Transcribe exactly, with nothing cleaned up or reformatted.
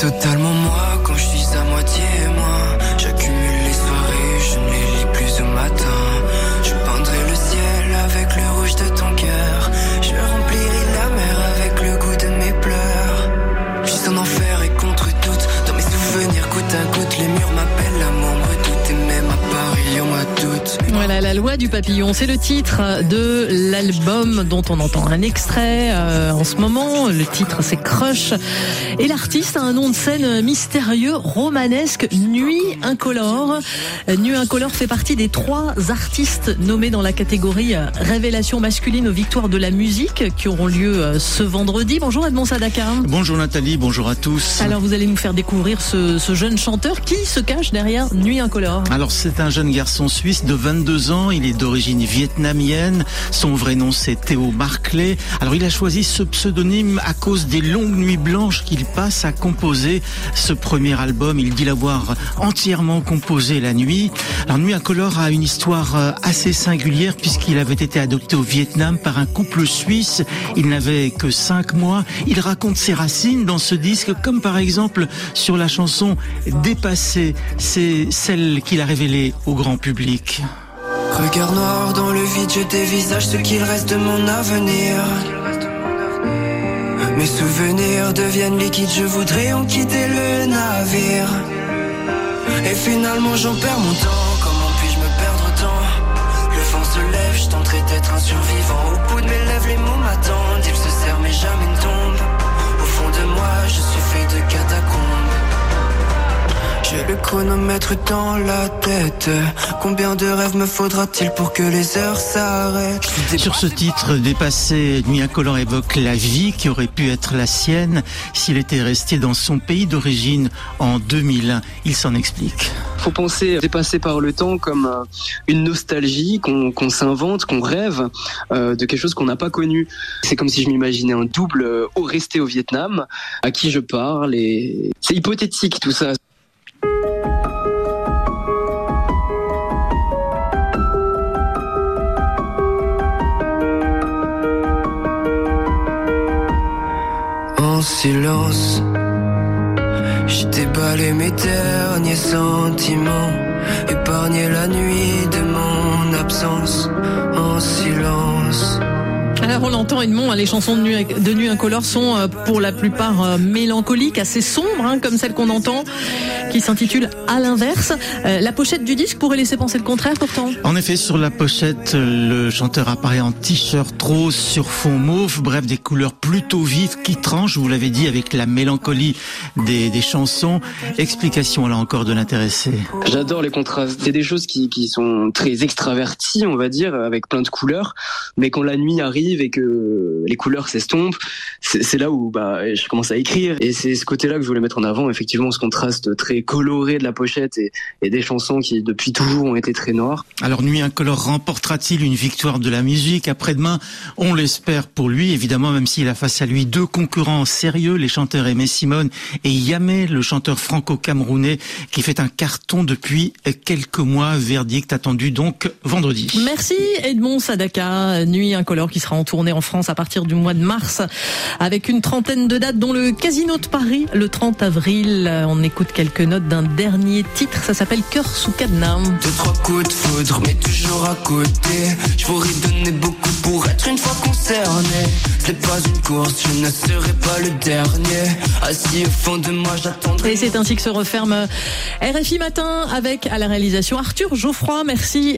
totalement moi quand je suis à moitié moi. J'accumule les soirées, je ne les lis plus au matin. Je peindrai le ciel avec le rouge de ton cœur. Je remplirai la mer avec le goût de mes pleurs. Je suis en enfer et contre toutes. Dans mes souvenirs goutte à goutte, les murs m'appellent l'amour me doute. Et même à Paris on m'a doute. Voilà, La Loi du Papillon, c'est le titre de l'album dont on entend un extrait euh, en ce moment. Le titre c'est Crush et l'artiste a un nom de scène mystérieux, romanesque, Nuit Incolore. Nuit Incolore fait partie des trois artistes nommés dans la catégorie Révélation masculine aux victoires de la musique qui auront lieu ce vendredi. Bonjour Edmond Sadaka. Bonjour Nathalie, bonjour à tous. Alors vous allez nous faire découvrir ce, ce jeune chanteur qui se cache derrière Nuit Incolore. Alors c'est un jeune garçon suisse de vingt-deux ans, il est d'origine vietnamienne, son vrai nom c'est Théo Marclay. Alors il a choisi ce pseudonyme à cause des longues nuits blanches qu'il passe à composer ce premier album. Il dit l'avoir entièrement composé la nuit. Alors Nuit Incolore a une histoire assez singulière puisqu'il avait été adopté au Vietnam par un couple suisse. Il n'avait que cinq mois. Il raconte ses racines dans ce disque, comme par exemple sur la chanson Dépassée. C'est celle qu'il a révélée au grand public. Regard noir dans le vide, je dévisage ce qu'il reste de mon avenir. Mes souvenirs deviennent liquides, je voudrais en quitter le navire. Et finalement j'en perds mon temps, comment puis-je me perdre autant? Le vent se lève, je tenterai d'être un survivant. Au bout de mes lèvres, les mots m'attendent, ils se serrent mais jamais ne tombent. Au fond de moi, je suis fait de catacombes. J'ai le chronomètre dans la tête. Combien de rêves me faudra-t-il pour que les heures s'arrêtent? Sur ce titre, Dépassé, Nuit Incolore évoque la vie qui aurait pu être la sienne s'il était resté dans son pays d'origine en deux mille un. Il s'en explique. Faut penser Dépassé par le temps comme une nostalgie qu'on, qu'on s'invente, qu'on rêve euh, de quelque chose qu'on n'a pas connu. C'est comme si je m'imaginais un double euh, au resté au Vietnam, à qui je parle, et c'est hypothétique tout ça. En silence, j'ai déballé mes derniers sentiments, épargné la nuit de mon absence. En silence. Alors on l'entend Edmond, les chansons de Nuit, de Nuit Incolore sont pour la plupart mélancoliques, assez sombres, hein, comme celle qu'on entend, qui s'intitule À l'inverse. Euh, la pochette du disque pourrait laisser penser le contraire pourtant. En effet, sur la pochette, le chanteur apparaît en t-shirt rose sur fond mauve, bref, des couleurs plutôt vives qui tranchent, vous l'avez dit, avec la mélancolie des, des chansons. Explication là encore de l'intéressé. J'adore les contrastes. C'est des choses qui, qui sont très extraverties, on va dire, avec plein de couleurs, mais quand la nuit arrive et que les couleurs s'estompent, c'est, c'est là où bah, je commence à écrire. Et c'est ce côté-là que je voulais mettre en avant, effectivement, ce contraste très coloré de la pochette et, et des chansons qui, depuis toujours, ont été très noires. Alors, Nuit Incolore remportera-t-il une victoire de la musique après-demain? On l'espère pour lui, évidemment, même s'il a face à lui deux concurrents sérieux, les chanteurs Aimé Simone et Yamé, le chanteur franco-camerounais, qui fait un carton depuis quelques mois. Verdict attendu donc vendredi. Merci Edmond Sadaka. Nuit Incolore qui sera en tournée en France à partir du mois de mars avec une trentaine de dates dont le Casino de Paris le trente avril. On écoute quelques notes d'un dernier titre, ça s'appelle Cœur sous cadenas. Deux, trois coups de foudre mais toujours à côté. Je pourrais donner beaucoup pour être une fois concerné. C'est pas une course, je ne serai pas le dernier. Assis au fond de moi j'attendrai. Et c'est ainsi que se referme R F I Matin avec à la réalisation Arthur Geoffroy. Merci.